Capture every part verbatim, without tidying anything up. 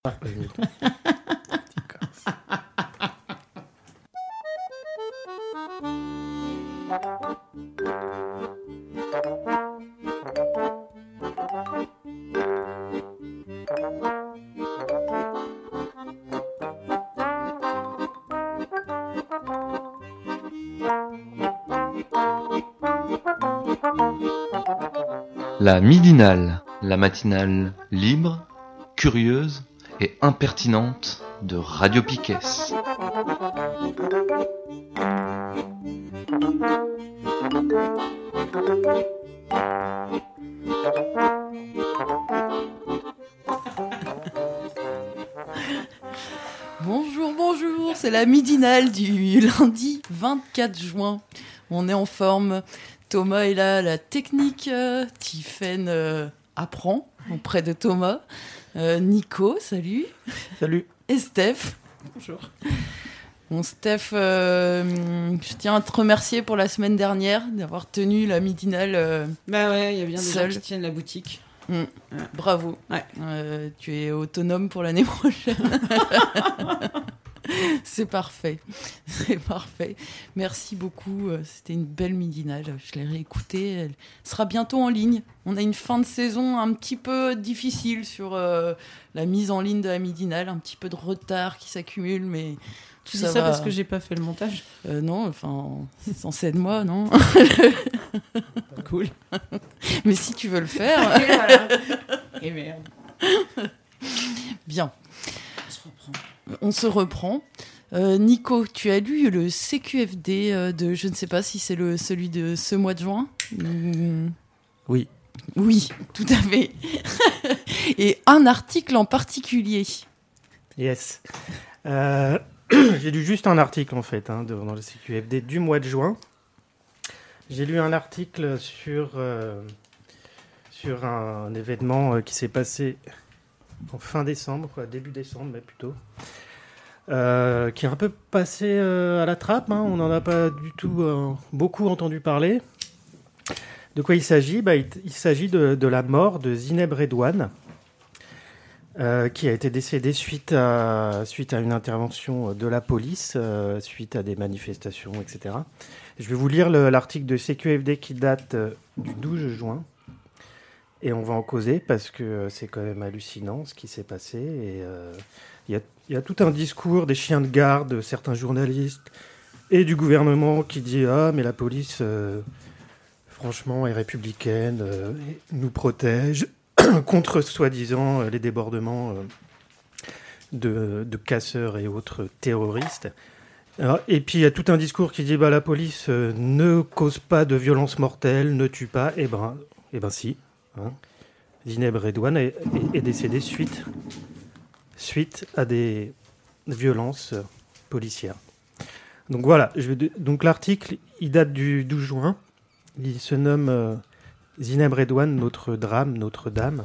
Ah, La midinale, la matinale libre, curieuse et impertinente de Radio Piquet. Bonjour, bonjour, c'est la midinale du lundi vingt-quatre juin. On est en forme. Thomas est là, la technique. Euh, Tiffaine euh, apprend auprès de Thomas. Euh, Nico, salut. Salut. Et Steph. Bonjour. Bon, Steph, euh, je tiens à te remercier pour la semaine dernière d'avoir tenu la midinale. Euh, bah ouais, il y a bien des seul. gens qui tiennent la boutique. Mmh. Ouais. Bravo. Ouais. Euh, tu es autonome pour l'année prochaine. C'est parfait. C'est parfait. Merci beaucoup. C'était une belle midinale. Je l'ai réécoutée. Elle sera bientôt en ligne. On a une fin de saison un petit peu difficile sur euh, la mise en ligne de la midinale. Un petit peu de retard qui s'accumule, mais tu ça dis ça va. parce que j'ai pas fait le montage. Euh, non, enfin, c'est censé être moi, non. Cool. Mais si tu veux le faire. Et voilà. Et merde. Bien. On se reprend. On se reprend. Euh, Nico, tu as lu le C Q F D euh, de, je ne sais pas si c'est le, celui de ce mois de juin. Mmh. Oui. Oui, tout à fait. Et un article en particulier. Yes. Euh, j'ai lu juste un article en fait hein, dans le C Q F D du mois de juin. J'ai lu un article sur, euh, sur un événement euh, qui s'est passé en fin décembre, quoi, début décembre, mais plutôt, euh, qui est un peu passé euh, à la trappe. Hein, on n'en a pas du tout euh, beaucoup entendu parler. De quoi il s'agit bah, il, il s'agit de, de la mort de Zineb Redouane, euh, qui a été décédée suite à, suite à une intervention de la police, euh, suite à des manifestations, et cetera. Je vais vous lire le, l'article de C Q F D qui date euh, du douze juin. Et on va en causer parce que euh, c'est quand même hallucinant ce qui s'est passé. Et il euh, y, y a tout un discours des chiens de garde, de certains journalistes et du gouvernement qui dit « Ah, mais la police, euh, franchement, est républicaine, euh, nous protège contre, soi-disant, les débordements euh, de, de casseurs et autres terroristes. » Alors, et puis il y a tout un discours qui dit bah, « La police euh, ne cause pas de violences mortelles, ne tue pas. » Eh ben, eh ben si. Hein. Zineb Redouane est, est, est décédée suite, suite à des violences euh, policières. Donc voilà, je vais, donc l'article, il date du douze juin. Il se nomme euh, Zineb Redouane, notre drame, Notre-Dame.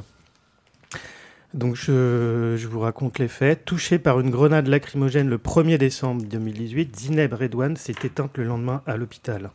Donc je, je vous raconte les faits. Touchée par une grenade lacrymogène le premier décembre deux mille dix-huit, Zineb Redouane s'est éteinte le lendemain à l'hôpital.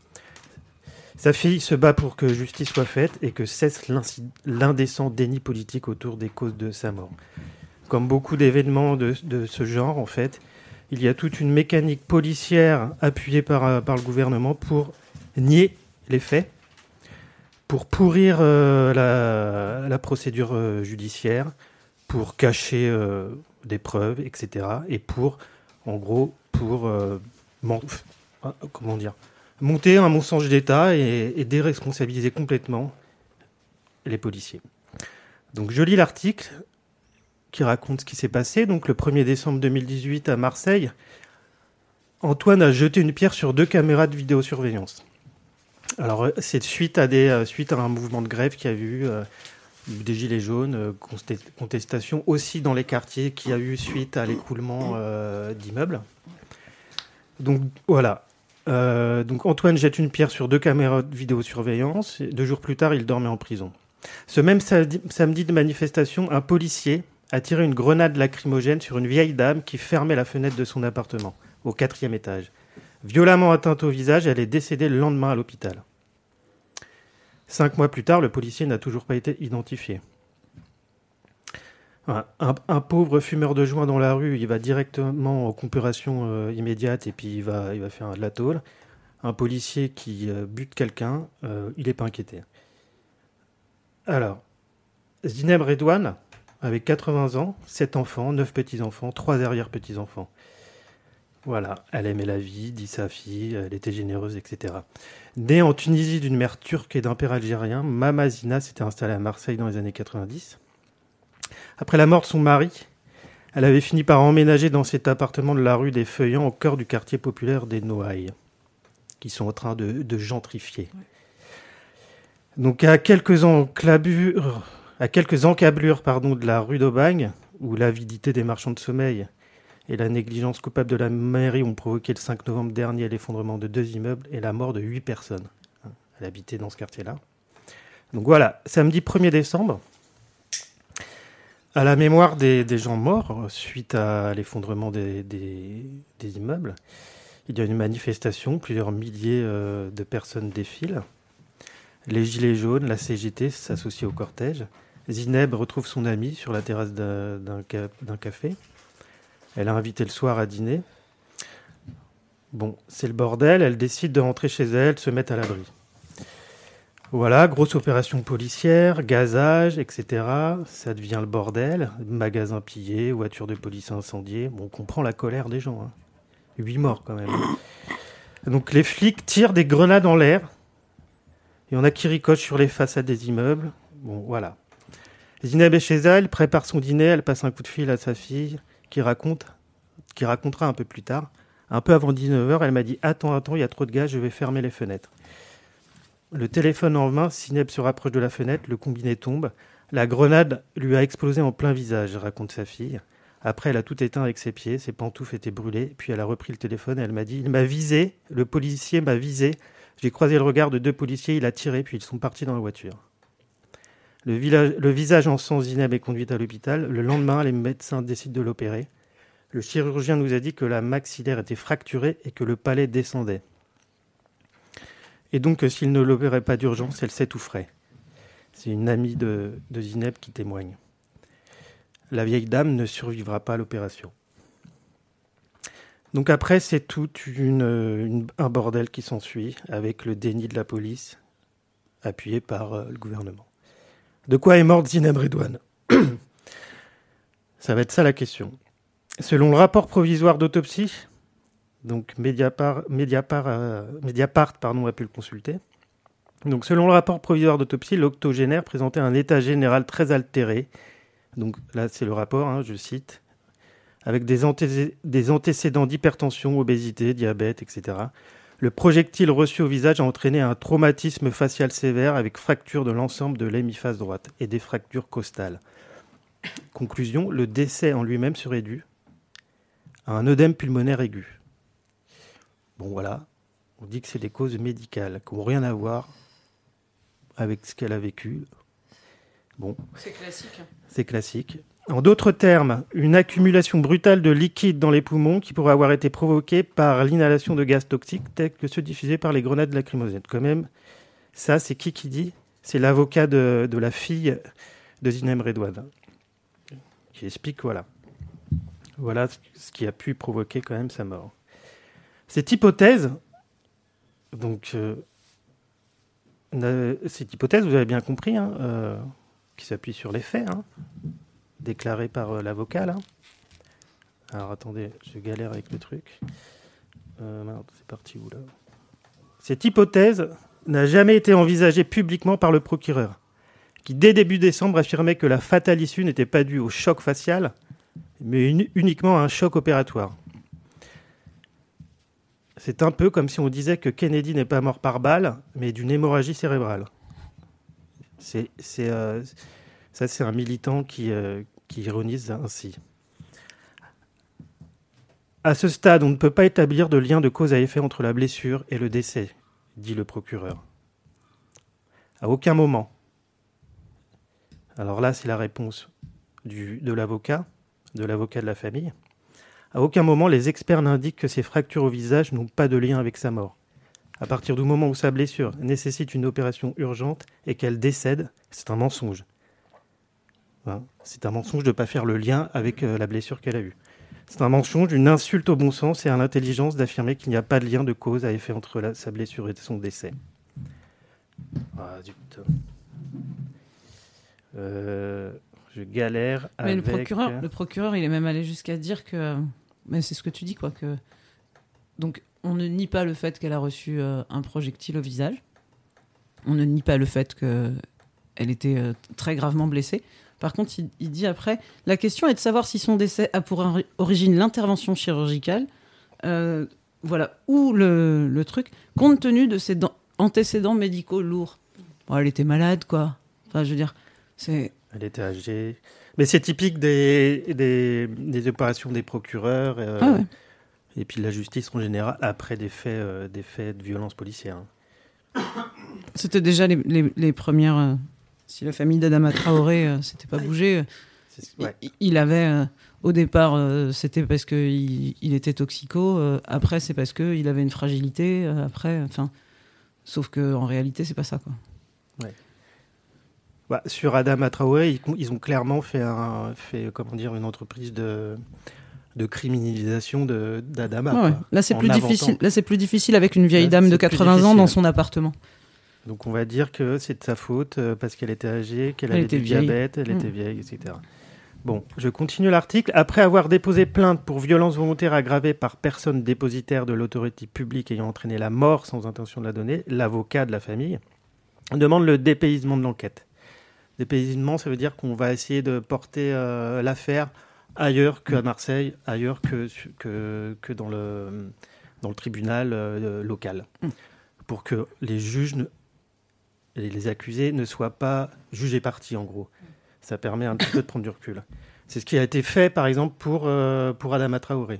Sa fille se bat pour que justice soit faite et que cesse l'indécent déni politique autour des causes de sa mort. Comme beaucoup d'événements de, de ce genre, en fait, il y a toute une mécanique policière appuyée par, par le gouvernement pour nier les faits, pour pourrir euh, la, la procédure euh, judiciaire, pour cacher euh, des preuves, et cetera. Et pour, en gros, pour euh, man- comment dire, monter un mensonge d'État et, et déresponsabiliser complètement les policiers. Donc je lis l'article qui raconte ce qui s'est passé. Donc le premier décembre deux mille dix-huit à Marseille, Antoine a jeté une pierre sur deux caméras de vidéosurveillance. Alors c'est suite à, des, euh, suite à un mouvement de grève qui a eu euh, des gilets jaunes, euh, contestation aussi dans les quartiers qui a eu suite à l'écroulement euh, d'immeubles. Donc voilà. Euh, donc Antoine jette une pierre sur deux caméras de vidéosurveillance. Et deux jours plus tard, il dormait en prison. Ce même samedi, samedi de manifestation, un policier a tiré une grenade lacrymogène sur une vieille dame qui fermait la fenêtre de son appartement, au quatrième étage. Violemment atteinte au visage, elle est décédée le lendemain à l'hôpital. Cinq mois plus tard, le policier n'a toujours pas été identifié. Un, un- un pauvre fumeur de joint dans la rue, il va directement en comparution euh, immédiate et puis il va, il va faire de la tôle. Un policier qui euh, bute quelqu'un, euh, il n'est pas inquiété. Alors, Zineb Redouane, avec quatre-vingts ans, sept enfants, neuf petits-enfants, trois arrière-petits-enfants. Voilà, elle aimait la vie, dit sa fille, elle était généreuse, et cetera. Née en Tunisie d'une mère turque et d'un père algérien, Mama Zina s'était installée à Marseille dans les années quatre-vingt-dix. Après la mort de son mari, elle avait fini par emménager dans cet appartement de la rue des Feuillants au cœur du quartier populaire des Noailles, qui sont en train de, de gentrifier. Ouais. Donc à quelques enclabures, à quelques encablures pardon, de la rue d'Aubagne, où l'avidité des marchands de sommeil et la négligence coupable de la mairie ont provoqué le cinq novembre dernier l'effondrement de deux immeubles et la mort de huit personnes. Elle habitait dans ce quartier-là. Donc voilà, samedi premier décembre, à la mémoire des, des gens morts suite à l'effondrement des, des, des immeubles, il y a une manifestation, plusieurs milliers euh, de personnes défilent. Les Gilets jaunes, la C G T s'associent au cortège. Zineb retrouve son amie sur la terrasse d'un, d'un, ca- d'un café. Elle a invité le soir à dîner. Bon, c'est le bordel, elle décide de rentrer chez elle, de se mettre à l'abri. Voilà, grosse opération policière, gazage, et cetera. Ça devient le bordel. Magasins pillés, voitures de police incendiées. Bon, on comprend la colère des gens. Hein. Huit morts quand même. Donc les flics tirent des grenades en l'air. Il y en a qui ricochent sur les façades des immeubles. Bon, voilà. Zineb est chez elle, prépare son dîner, elle passe un coup de fil à sa fille qui raconte, qui racontera un peu plus tard. Un peu avant dix-neuf heures, elle m'a dit « Attends, attends, il y a trop de gaz, je vais fermer les fenêtres. » Le téléphone en main, Zineb se rapproche de la fenêtre, le combiné tombe. La grenade lui a explosé en plein visage, raconte sa fille. Après, elle a tout éteint avec ses pieds, ses pantoufles étaient brûlées. Puis elle a repris le téléphone et elle m'a dit « Il m'a visé, le policier m'a visé. J'ai croisé le regard de deux policiers, il a tiré, puis ils sont partis dans la voiture. » Le, village, le visage en sang, Zineb est conduite à l'hôpital. Le lendemain, les médecins décident de l'opérer. Le chirurgien nous a dit que la maxillaire était fracturée et que le palais descendait. Et donc, s'il ne l'opérait pas d'urgence, elle s'étoufferait. C'est une amie de, de Zineb qui témoigne. La vieille dame ne survivra pas à l'opération. Donc après, c'est tout une, une, un bordel qui s'ensuit, avec le déni de la police, appuyé par euh, le gouvernement. De quoi est morte Zineb Redouane ? Ça va être ça la question. Selon le rapport provisoire d'autopsie, donc Mediapart, Mediapart, euh, Mediapart pardon, a pu le consulter. Donc selon le rapport provisoire d'autopsie, l'octogénaire présentait un état général très altéré. Donc là, c'est le rapport, hein, je cite, avec des, anté- des antécédents d'hypertension, obésité, diabète, et cetera. Le projectile reçu au visage a entraîné un traumatisme facial sévère avec fracture de l'ensemble de l'hémiphase droite et des fractures costales. Conclusion, le décès en lui-même serait dû à un œdème pulmonaire aigu. Bon voilà, on dit que c'est des causes médicales qui n'ont rien à voir avec ce qu'elle a vécu. Bon, c'est classique. C'est classique. En d'autres termes, une accumulation brutale de liquide dans les poumons qui pourrait avoir été provoquée par l'inhalation de gaz toxiques tels que ceux diffusés par les grenades lacrymogènes. Quand même, ça, c'est qui qui dit ? C'est l'avocat de, de la fille de Zineb Redouane qui explique, voilà. Voilà ce qui a pu provoquer quand même sa mort. Cette hypothèse, donc, euh, cette hypothèse, vous avez bien compris, hein, euh, qui s'appuie sur les faits, hein, déclarés par euh, l'avocat, là. Alors, attendez, je galère avec le truc. Euh, merde, c'est parti où, là ? Cette hypothèse n'a jamais été envisagée publiquement par le procureur, qui, dès début décembre, affirmait que la fatale issue n'était pas due au choc facial, mais une, uniquement à un choc opératoire. C'est un peu comme si on disait que Kennedy n'est pas mort par balle, mais d'une hémorragie cérébrale. C'est, c'est, euh, ça, c'est un militant qui, euh, qui ironise ainsi. À ce stade, on ne peut pas établir de lien de cause à effet entre la blessure et le décès, dit le procureur. À aucun moment. Alors là, c'est la réponse du, de l'avocat, de l'avocat de la famille. À aucun moment, les experts n'indiquent que ces fractures au visage n'ont pas de lien avec sa mort. À partir du moment où sa blessure nécessite une opération urgente et qu'elle décède, c'est un mensonge. Hein. C'est un mensonge de ne pas faire le lien avec euh, la blessure qu'elle a eue. C'est un mensonge, une insulte au bon sens et à l'intelligence d'affirmer qu'il n'y a pas de lien de cause à effet entre la, sa blessure et son décès. Ah, zut. Euh, je galère Mais avec... le procureur, le procureur, il est même allé jusqu'à dire que... Mais c'est ce que tu dis, quoi. Que... Donc, on ne nie pas le fait qu'elle a reçu euh, un projectile au visage. On ne nie pas le fait qu'elle était euh, très gravement blessée. Par contre, il, il dit après, la question est de savoir si son décès a pour ori- origine l'intervention chirurgicale, euh, voilà, ou le, le truc, compte tenu de ses dents- antécédents médicaux lourds. Bon, elle était malade, quoi. Enfin, je veux dire, c'est... Elle était âgée. Mais c'est typique des, des, des opérations des procureurs euh, Ah ouais. et puis de la justice en général après des faits, euh, des faits de violence policière. C'était déjà les, les, les premières... euh, si la famille d'Adama Traoré euh, s'était pas bougée, euh, C'est- ouais. il, il avait... euh, au départ, euh, c'était parce qu'il il était toxico. euh, après, c'est parce qu'il avait une fragilité. euh, après, enfin... Sauf qu'en réalité, c'est pas ça, quoi. Bah, sur Adama Traoré, ils, ils ont clairement fait, un, fait comment dire, une entreprise de, de criminalisation de, d'Adama. Ouais, ouais. quoi, Là, c'est en plus inventant. difficile. Là, c'est plus difficile avec une vieille Là, dame de c'est plus quatre-vingts ans difficile. dans son appartement. Donc on va dire que c'est de sa faute euh, parce qu'elle était âgée, qu'elle Elle avait était du vieille. diabète, elle Mm. était vieille, et cetera. Bon, je continue l'article. Après avoir déposé plainte pour violence volontaire aggravée par personne dépositaire de l'autorité publique ayant entraîné la mort sans intention de la donner, l'avocat de la famille demande le dépaysement de l'enquête. Dépaysement, ça veut dire qu'on va essayer de porter euh, l'affaire ailleurs qu'à Marseille, ailleurs que, que, que dans, le, dans le tribunal euh, local, Mm. pour que les juges ne- et les accusés ne soient pas jugés partis, en gros. Ça permet un petit peu de prendre du recul. C'est ce qui a été fait, par exemple, pour, euh, pour Adama Traoré.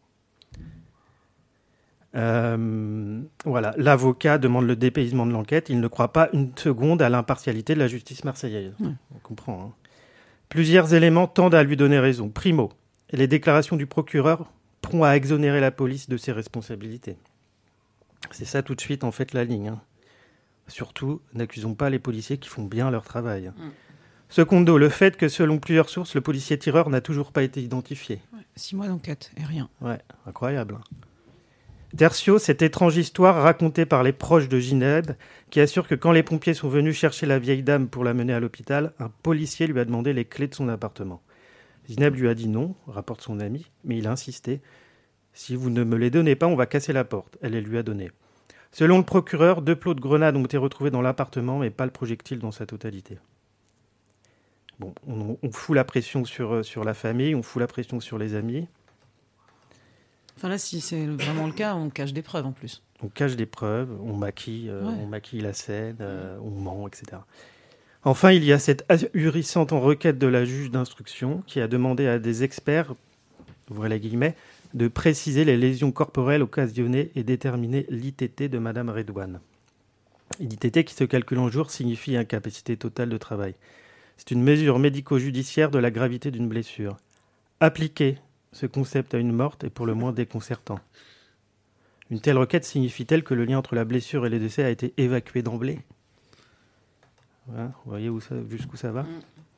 Euh, voilà, l'avocat demande le dépaysement de l'enquête. Il ne croit pas une seconde à l'impartialité de la justice marseillaise. Ouais. On comprend. Hein. Plusieurs éléments tendent à lui donner raison. Primo, les déclarations du procureur prompt à exonérer la police de ses responsabilités. C'est ça tout de suite, en fait, la ligne. Hein. Surtout, n'accusons pas les policiers qui font bien leur travail. Mm. Secondo, le fait que, selon plusieurs sources, le policier tireur n'a toujours pas été identifié. Six mois d'enquête et rien. Ouais, incroyable. hein. Tertio, cette étrange histoire racontée par les proches de Gineb, qui assure que quand les pompiers sont venus chercher la vieille dame pour la mener à l'hôpital, un policier lui a demandé les clés de son appartement. Gineb lui a dit non, rapporte son ami, mais il a insisté. Si vous ne me les donnez pas, on va casser la porte. Elle les lui a données. Selon le procureur, deux plots de grenades ont été retrouvés dans l'appartement, mais pas le projectile dans sa totalité. Bon, on, on fout la pression sur, sur la famille, on fout la pression sur les amis. Enfin là, si c'est vraiment le cas, on cache des preuves en plus. On cache des preuves, on maquille, euh, Ouais. on maquille la scène, euh, on ment, et cetera. Enfin, il y a cette ahurissante requête de la juge d'instruction qui a demandé à des experts, ouvrez les guillemets, de préciser les lésions corporelles occasionnées et déterminer l'I T T de Madame Redouane. L'I T T qui se calcule en jours signifie incapacité totale de travail. C'est une mesure médico-judiciaire de la gravité d'une blessure. Appliquer ce concept à une morte est pour le moins déconcertant. Une telle requête signifie-t-elle que le lien entre la blessure et le décès a été évacué d'emblée ? Voilà, vous voyez où ça, jusqu'où ça va ? Mm.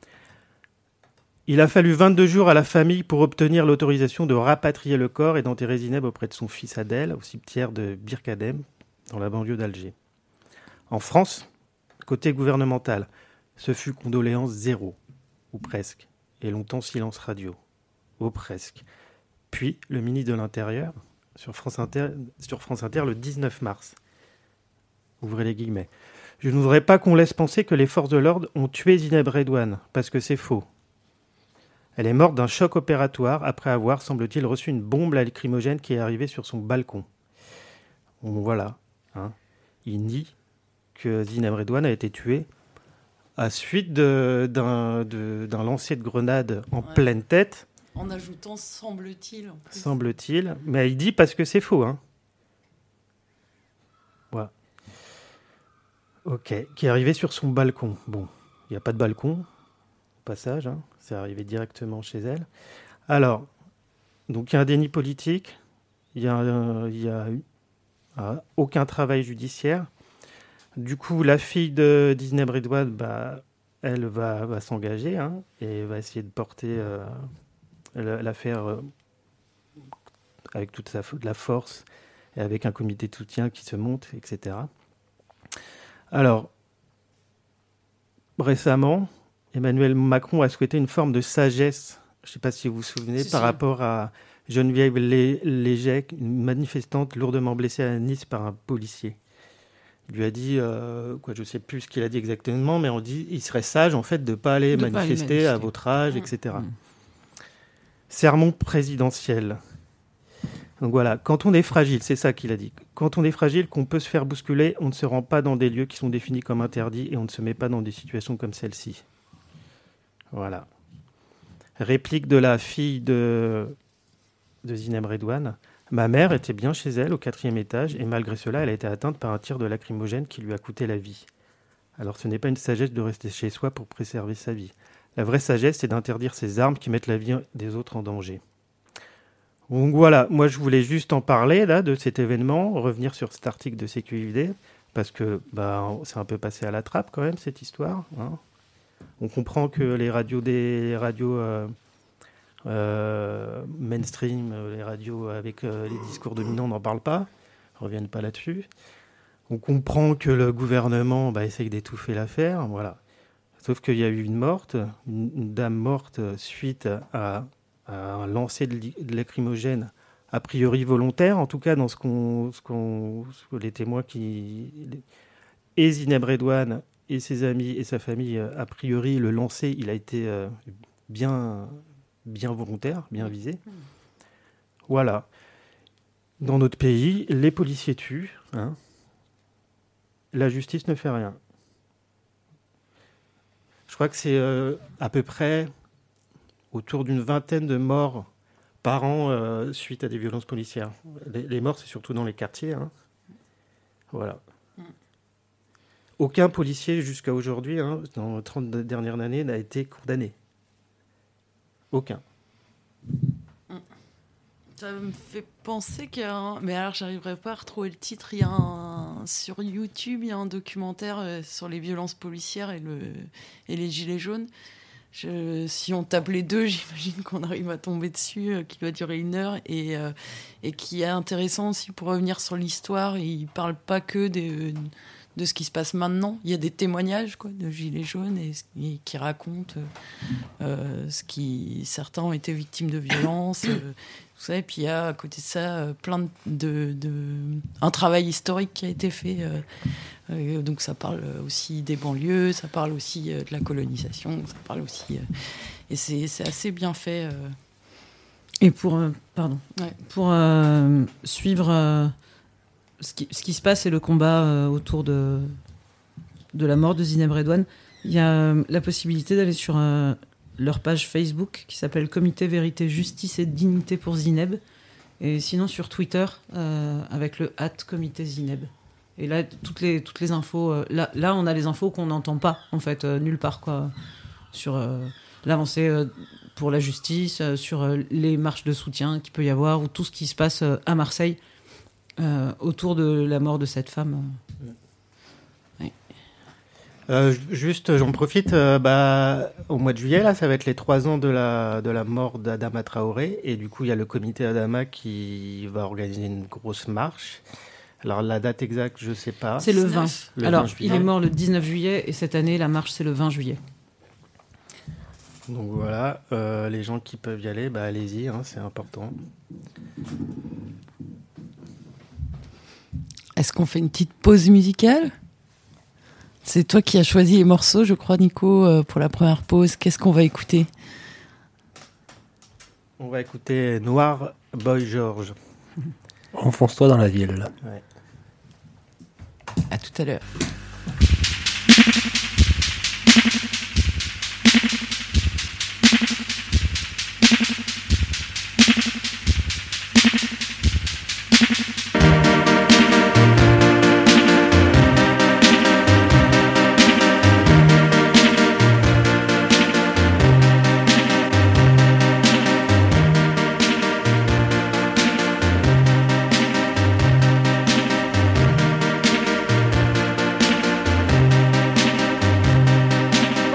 Il a fallu vingt-deux jours à la famille pour obtenir l'autorisation de rapatrier le corps et d'enterrer Zineb auprès de son fils Adel, au cimetière de Birkadem, dans la banlieue d'Alger. En France, côté gouvernemental, ce fut condoléance zéro, ou presque, et longtemps silence radio, ou presque. Puis, le ministre de l'Intérieur, sur France Inter, sur France Inter le dix-neuf mars, ouvrez les guillemets, « Je ne voudrais pas qu'on laisse penser que les forces de l'ordre ont tué Zineb Redouane, parce que c'est faux. Elle est morte d'un choc opératoire après avoir, semble-t-il, reçu une bombe lacrymogène qui est arrivée sur son balcon. » Bon, voilà. Hein. Il nie que Zineb Redouane a été tuée à suite de, d'un, de, d'un lancer de grenade en Ouais. pleine tête, En ajoutant semble-t-il. En plus. semble-t-il. Mais il dit parce que c'est faux. Hein. Voilà. Ok. Qui est arrivé sur son balcon. Bon, il n'y a pas de balcon, au passage. Hein. C'est arrivé directement chez elle. Alors, donc il y a un déni politique. Il y a, euh, il y a eu ah, aucun travail judiciaire. Du coup, la fille de Zineb Redouane, bah, elle va, va s'engager hein, et va essayer de porter euh, l'affaire euh, avec toute sa, de la force et avec un comité de soutien qui se monte, et cetera. Alors, récemment, Emmanuel Macron a souhaité une forme de sagesse, je ne sais pas si vous vous souvenez, si, par si. rapport à Geneviève Lé- Léger, une manifestante lourdement blessée à Nice par un policier. Il lui a dit, euh, quoi, je ne sais plus ce qu'il a dit exactement, mais on dit il serait sage en fait de ne pas aller De pas aller manifester manifester. à votre âge, Mmh. et cetera. Mmh. Sermon présidentiel. Donc voilà, quand on est fragile, c'est ça qu'il a dit. Quand on est fragile, qu'on peut se faire bousculer, on ne se rend pas dans des lieux qui sont définis comme interdits et on ne se met pas dans des situations comme celle-ci. Voilà. Réplique de la fille de, de Zineb Redouane. Ma mère était bien chez elle au quatrième étage et malgré cela, elle a été atteinte par un tir de lacrymogène qui lui a coûté la vie. Alors ce n'est pas une sagesse de rester chez soi pour préserver sa vie. La vraie sagesse, c'est d'interdire ces armes qui mettent la vie des autres en danger. Donc voilà, moi je voulais juste en parler là, de cet événement, revenir sur cet article de C Q F D, parce que bah, c'est un peu passé à la trappe quand même cette histoire. Hein. On comprend que les radios, des, les radios euh, euh, mainstream, les radios avec euh, les discours dominants n'en parlent pas, ne reviennent pas là-dessus. On comprend que le gouvernement bah, essaye d'étouffer l'affaire, voilà. Sauf qu'il y a eu une morte, une, une dame morte suite à, à un lancer de, de lacrymogène, a priori volontaire, en tout cas dans ce qu'on, ce qu'on, ce que les témoins qui... Et Zineb Redouane et ses amis et sa famille, a priori, le lancer, il a été euh, bien, bien volontaire, bien visé. Voilà. Dans notre pays, les policiers tuent, hein. La justice ne fait rien. Je crois que c'est euh, à peu près autour d'une vingtaine de morts par an euh, suite à des violences policières. Les, les morts, c'est surtout dans les quartiers. Hein. Voilà. Mm. Aucun policier, jusqu'à aujourd'hui, hein, dans les trente dernières années, n'a été condamné. Aucun. Ça me fait penser qu'il y a un... Mais alors, j'arriverai pas à retrouver le titre. Il y a un... Sur YouTube, il y a un documentaire euh, sur les violences policières et, le... et les gilets jaunes. Je... Si on tape les deux, j'imagine qu'on arrive à tomber dessus, euh, qui va durer une heure. Et, euh, et qui est intéressant aussi pour revenir sur l'histoire. Il ne parle pas que des... de ce qui se passe maintenant. Il y a des témoignages quoi, de gilets jaunes et, et qui racontent euh, ce qui... Certains ont été victimes de violences... Euh, Tout ça, et puis il y a à côté de ça euh, plein de, de, de un travail historique qui a été fait. Euh, euh, donc ça parle aussi des banlieues, ça parle aussi euh, de la colonisation, ça parle aussi euh, et c'est, c'est assez bien fait. Euh. Et pour euh, pardon, Ouais. pour euh, suivre euh, ce qui ce qui se passe et le combat euh, autour de de la mort de Zineb Redouane, il y a euh, la possibilité d'aller sur euh, leur page Facebook qui s'appelle Comité Vérité, Justice et Dignité pour Zineb. Et sinon sur Twitter euh, avec le at Comité Zineb. Et là, toutes les, toutes les infos... Euh, là, là, on a les infos qu'on n'entend pas, en fait, euh, nulle part, quoi. Sur euh, l'avancée euh, pour la justice, euh, sur euh, les marches de soutien qu'il peut y avoir, ou tout ce qui se passe euh, à Marseille euh, autour de la mort de cette femme. Euh. Euh, juste, j'en profite, euh, bah, au mois de juillet, là, ça va être les trois ans de la, de la mort d'Adama Traoré. Et du coup, il y a le comité Adama qui va organiser une grosse marche. Alors, la date exacte, je ne sais pas. C'est le vingt. Le Alors, vingt juillet. il est mort le dix-neuf juillet, et cette année, la marche, c'est le vingt juillet. Donc voilà, euh, les gens qui peuvent y aller, bah, allez-y, hein, c'est important. Est-ce qu'on fait une petite pause musicale ? C'est toi qui as choisi les morceaux, je crois, Nico, euh, pour la première pause. Qu'est-ce qu'on va écouter ? On va écouter Noir Boy George. Enfonce-toi dans la ville, là. Ouais. À tout à l'heure. Boy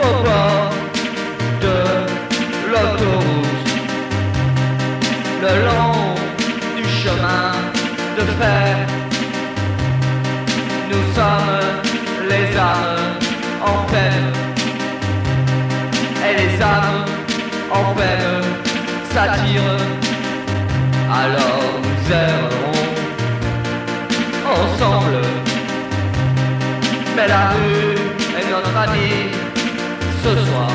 le long du chemin de fer. Nous sommes les âmes en peine, et les âmes en peine s'attirent. Alors nous errerons ensemble, mais la rue est notre amie ce soir.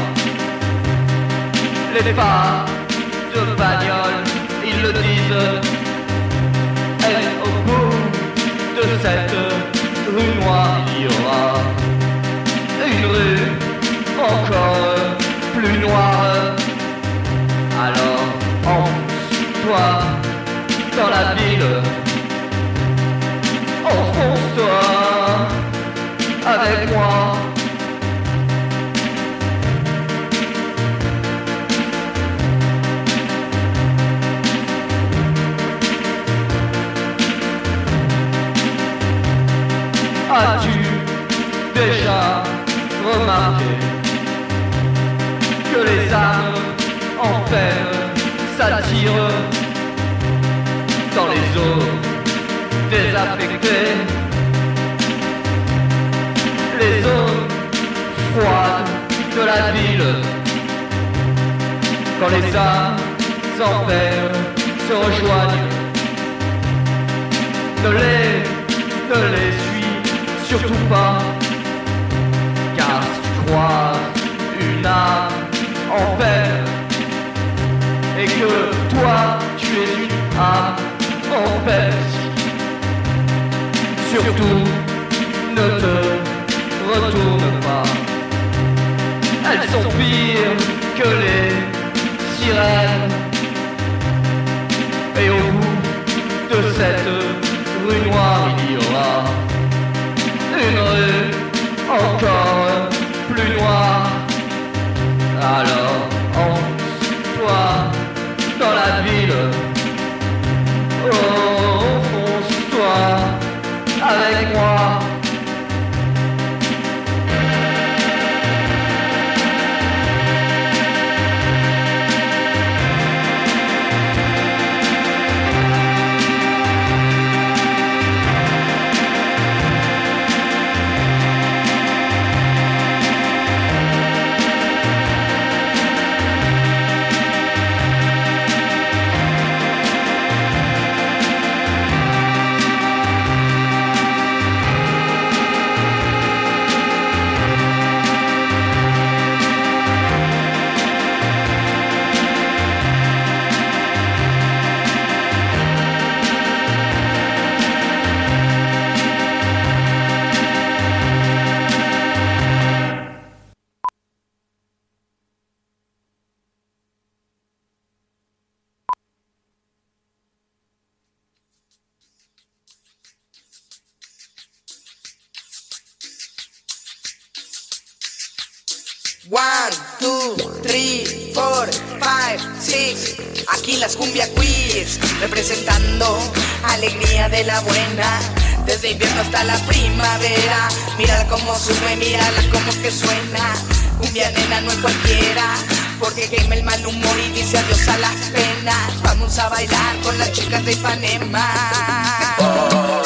Les pas de bagnole, ils le disent, et au bout de cette rue noire, il y aura une rue encore plus noire. Alors enfonce-toi dans la ville, enfonce-toi avec moi. As-tu déjà remarqué que les âmes en peine s'attirent dans les eaux désaffectées, les eaux froides de la ville, quand les âmes en peine se rejoignent? Ne les, ne les suis surtout pas, car si tu croises une âme en peine et que toi tu es une âme en peine, surtout ne te retourne pas. Elles sont pires que les sirènes, et au bout de cette rue noire il y aura une rue encore plus noire. Alors enfonce-toi dans la ville, enfonce-toi avec moi. One, two, three, four, five, six. Aquí las cumbia queers, representando alegría de la buena. Desde invierno hasta la primavera. Mírala como sube, mírala como que suena. Cumbia nena no es cualquiera, porque quema el mal humor y dice adiós a las penas. Vamos a bailar con las chicas de Ipanema. Oh.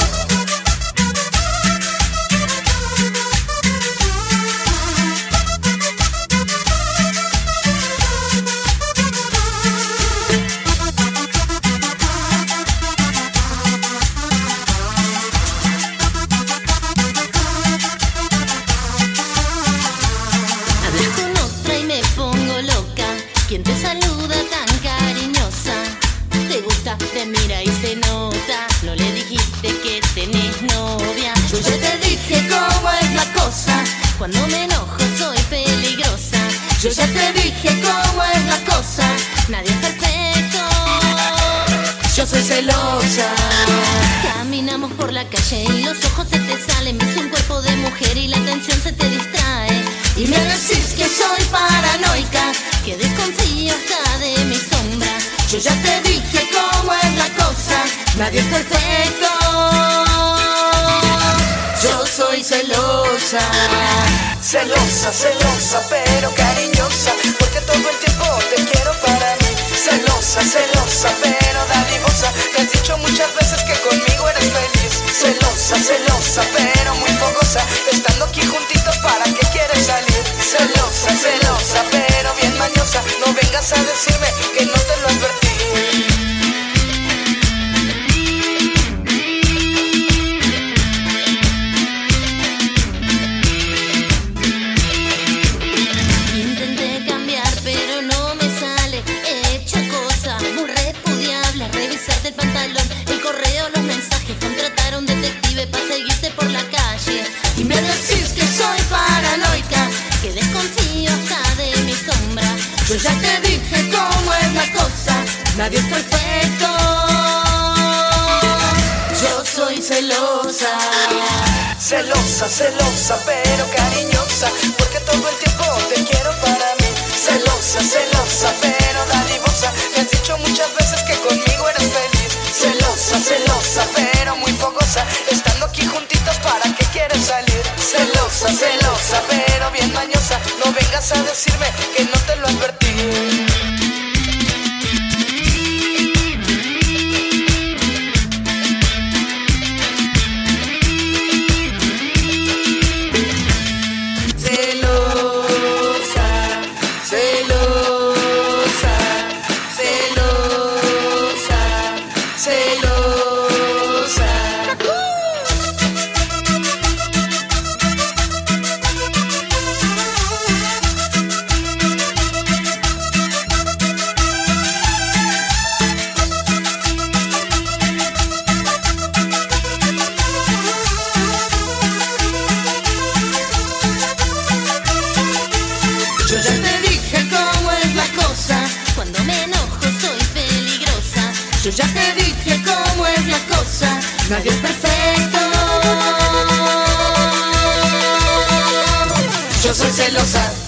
Cuando me enojo soy peligrosa. Yo ya te dije cómo es la cosa. Nadie es perfecto. Yo soy celosa. Caminamos por la calle y los ojos se te salen. Ves un cuerpo de mujer y la atención se te distrae. Y me decís que soy paranoica, que desconfío hasta de mi sombra. Yo ya te dije cómo es la cosa. Nadie es perfecto. Yo soy celosa. Celosa, celosa, pero cariñosa, porque todo el tiempo te quiero para mí. Celosa, celosa, pero pisarte el pantalón, el correo, los mensajes, contratar a un detective para seguirte por la calle. Y me decís que soy paranoica, que desconfío hasta de mi sombra. Yo ya te dije cómo es la cosa, nadie es perfecto. Yo soy celosa. Celosa, celosa, pero cariñosa, porque todo el tiempo te quiero para mí. Celosa, celosa, pero dadivosa, me has dicho muchas veces que conmigo eres feliz. Celosa, celosa, pero muy fogosa, estando aquí juntitos, ¿para qué quieres salir? Celosa, celosa, pero bien mañosa, no vengas a decirme que no te lo advertí. Yo ya te dije cómo es la cosa, nadie es perfecto. Yo soy celosa.